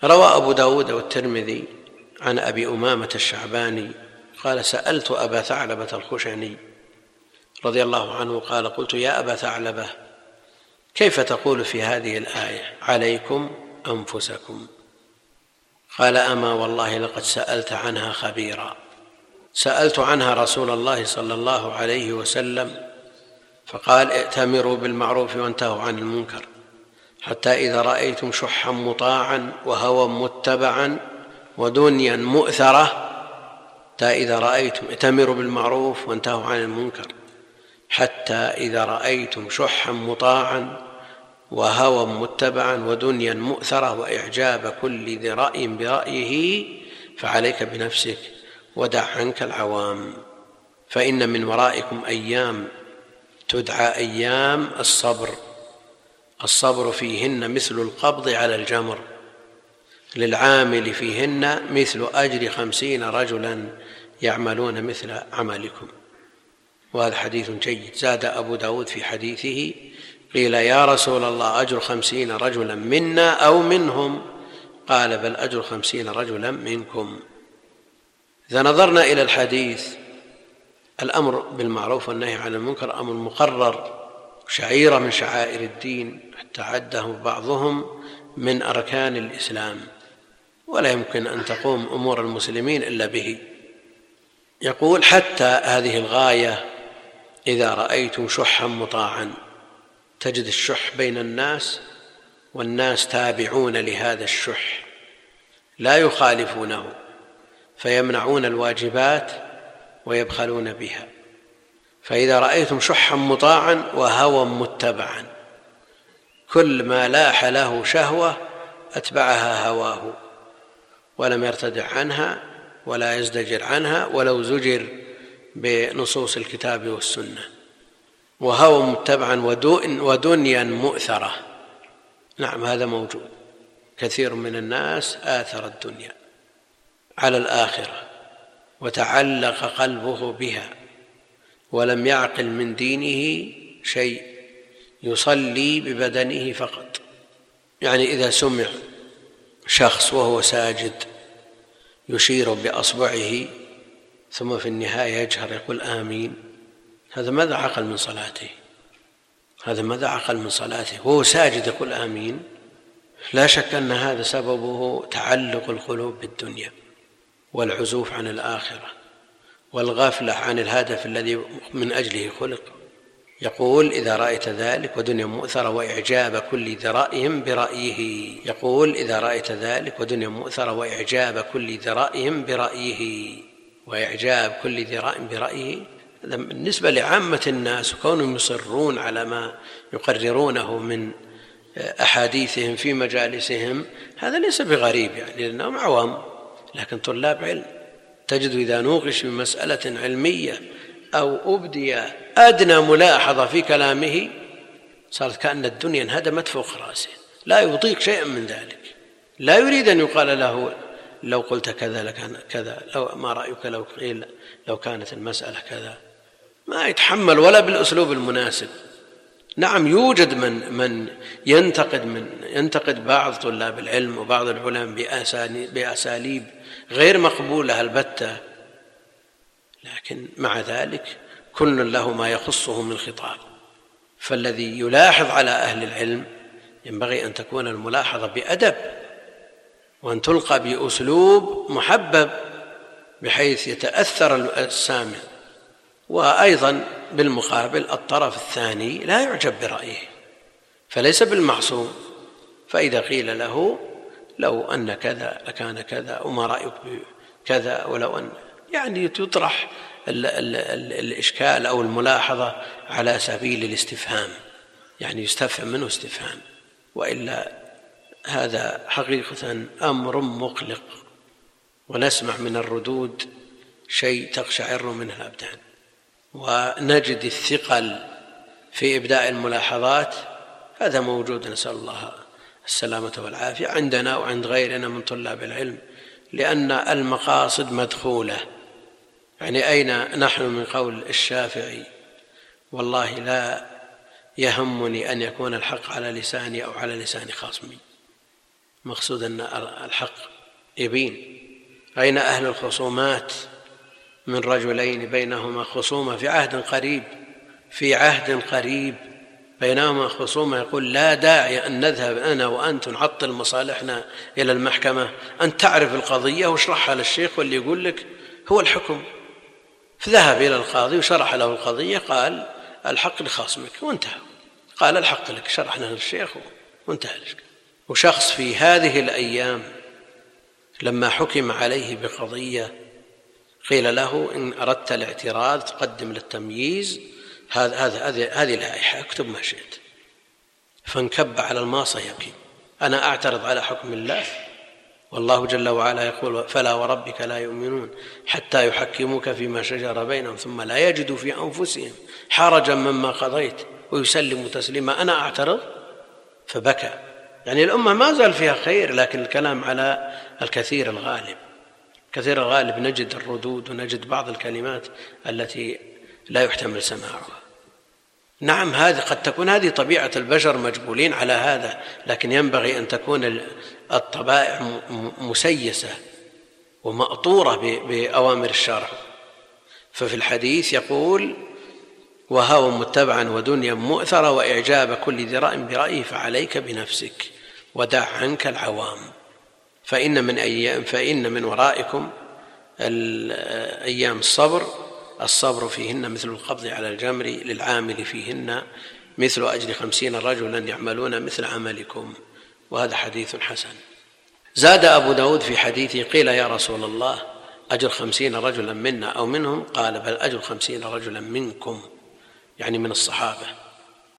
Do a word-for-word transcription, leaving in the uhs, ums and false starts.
روى أبو داود والترمذي عن أبي أمامة الشعباني قال: سألت أبا ثعلبة الخشني رضي الله عنه قال: قلت: يا أبا ثعلبة، كيف تقول في هذه الآية: عليكم أنفسكم؟ قال: أما والله لقد سألت عنها خبيرا. سألت عنها رسول الله صلى الله عليه وسلم فقال: ائتمروا بالمعروف وانتهوا عن المنكر، حتى إذا رأيتم شحا مطاعا وهوى متبعا ودنيا مؤثرة، حتى إذا رأيتم ائتمروا بالمعروف وانتهوا عن المنكر، حتى إذا رأيتم شحا مطاعا وهوى متبعا ودنيا مؤثرة وإعجاب كل ذي رأي برأيه، فعليك بنفسك ودع عنك العوام، فإن من ورائكم أيام تدعى أيام الصبر، الصبر فيهن مثل القبض على الجمر، للعامل فيهن مثل أجر خمسين رجلا يعملون مثل عملكم. وهذا حديث جيد. زاد أبو داود في حديثه: قيل: يا رسول الله، أجر خمسين رجلا منا أو منهم؟ قال: بل أجر خمسين رجلا منكم. إذا نظرنا إلى الحديث، الأمر بالمعروف والنهي عن المنكر أمر مقرر، شعيرة من شعائر الدين، حتى عده بعضهم من أركان الإسلام، ولا يمكن أن تقوم أمور المسلمين إلا به. يقول: حتى هذه الغاية إذا رأيتم شحا مطاعا، تجد الشح بين الناس والناس تابعون لهذا الشح لا يخالفونه، فيمنعون الواجبات ويبخلون بها. فإذا رأيتم شحا مطاعا وهوى متبعا، كل ما لاح له شهوة أتبعها هواه ولم يرتدع عنها ولا يزدجر عنها ولو زجر بنصوص الكتاب والسنة. وهوى متبعا ودنيا مؤثرة، نعم هذا موجود. كثير من الناس آثر الدنيا على الآخرة وتعلق قلبه بها ولم يعقل من دينه شيء، يصلي ببدنه فقط. يعني إذا سمع شخص وهو ساجد يشير بأصبعه ثم في النهاية يجهر يقول آمين، هذا ماذا عقل من صلاته؟ هذا ماذا عقل من صلاته وهو ساجد يقول آمين؟ لا شك أن هذا سببه تعلق القلوب بالدنيا والعزوف عن الآخرة والغفلة عن الهدف الذي من أجله خلق. يقول: إذا رأيت ذلك ودنيا مؤثرة وإعجاب كل ذي رأي برأيه. يقول: إذا رأيت ذلك ودنيا مؤثرة وإعجاب كل ذي رأي برأيه. وإعجاب كل ذي رأي برأيه بالنسبة لعامة الناس، وكونهم يصرون على ما يقررونه من أحاديثهم في مجالسهم، هذا ليس بغريب، يعني لأنهم عوام. لكن طلاب علم تجد إذا نوقش بمسألة علمية أو أبدي أدنى ملاحظة في كلامه صارت كأن الدنيا انهدمت فوق رأسه، لا يطيق شيئا من ذلك، لا يريد أن يقال له لو قلت كذا لكان كذا، لو ما رأيك لو قيل لو كانت المسألة كذا، ما يتحمل ولا بالأسلوب المناسب. نعم يوجد من من ينتقد من ينتقد بعض طلاب العلم وبعض العلماء بأساليب غير مقبولة البتة، لكن مع ذلك كل له ما يخصه من خطاب. فالذي يلاحظ على أهل العلم ينبغي أن تكون الملاحظة بأدب وأن تلقى بأسلوب محبب بحيث يتأثر السامع. وأيضا بالمقابل الطرف الثاني لا يعجب برأيه، فليس بالمعصوم. فإذا قيل له لو أن كذا لكان كذا وما رأيك بكذا، ولو أن يعني تطرح ال ال ال الإشكال أو الملاحظة على سبيل الاستفهام، يعني يستفهم منه استفهام، وإلا هذا حقيقة أمر مقلق. ونسمع من الردود شيء تقشعر منه الأبدان، ونجد الثقل في إبداء الملاحظات، هذا موجود، نسأل الله السلامة والعافية عندنا وعند غيرنا من طلاب العلم، لأن المقاصد مدخولة. يعني أين نحن من قول الشافعي: والله لا يهمني أن يكون الحق على لساني أو على لسان خصمي. مقصود أن الحق يبين. أين أهل الخصومات من رجلين بينهما خصومة في عهد قريب في عهد قريب بينهما خصومة، يقول لا داعي أن نذهب أنا وأنت نعطل مصالحنا إلى المحكمة، أن تعرف القضية واشرحها للشيخ واللي يقول لك هو الحكم. فذهب إلى القاضي وشرح له القضية، قال الحق لخصمك وانتهى، قال الحق لك، شرحنا للشيخ وانتهى لك. وشخص في هذه الأيام لما حكم عليه بقضية قيل له إن أردت الاعتراض تقدم للتمييز هذه اللائحة اكتب ما شئت، فانكب على الماصة يبكي، أنا أعترض على حكم الله والله جل وعلا يقول فلا وربك لا يؤمنون حتى يحكموك فيما شجر بينهم ثم لا يجدوا في أنفسهم حرجا مما قضيت ويسلموا تسليما، أنا أعترض. فبكى. يعني الأمة ما زال فيها خير، لكن الكلام على الكثير الغالب. كثير الغالب نجد الردود ونجد بعض الكلمات التي لا يحتمل سماعها. نعم، هذه قد تكون هذه طبيعة البشر مجبولين على هذا، لكن ينبغي أن تكون الطبائع مسيسة ومأطورة بأوامر الشرع. ففي الحديث يقول وهوى متبعا ودنيا مؤثرة وإعجاب كل ذي رأي برأيه فعليك بنفسك ودع عنك العوام فإن من, أيام فإن من ورائكم الأيام الصبر الصبر فيهن مثل القبض على الجمر للعامل فيهن مثل أجر خمسين رجلا يعملون مثل عملكم. وهذا حديث حسن. زاد أبو داود في حديثه قيل يا رسول الله أجر خمسين رجلا منا أو منهم؟ قال بل أجر خمسين رجلا منكم، يعني من الصحابة.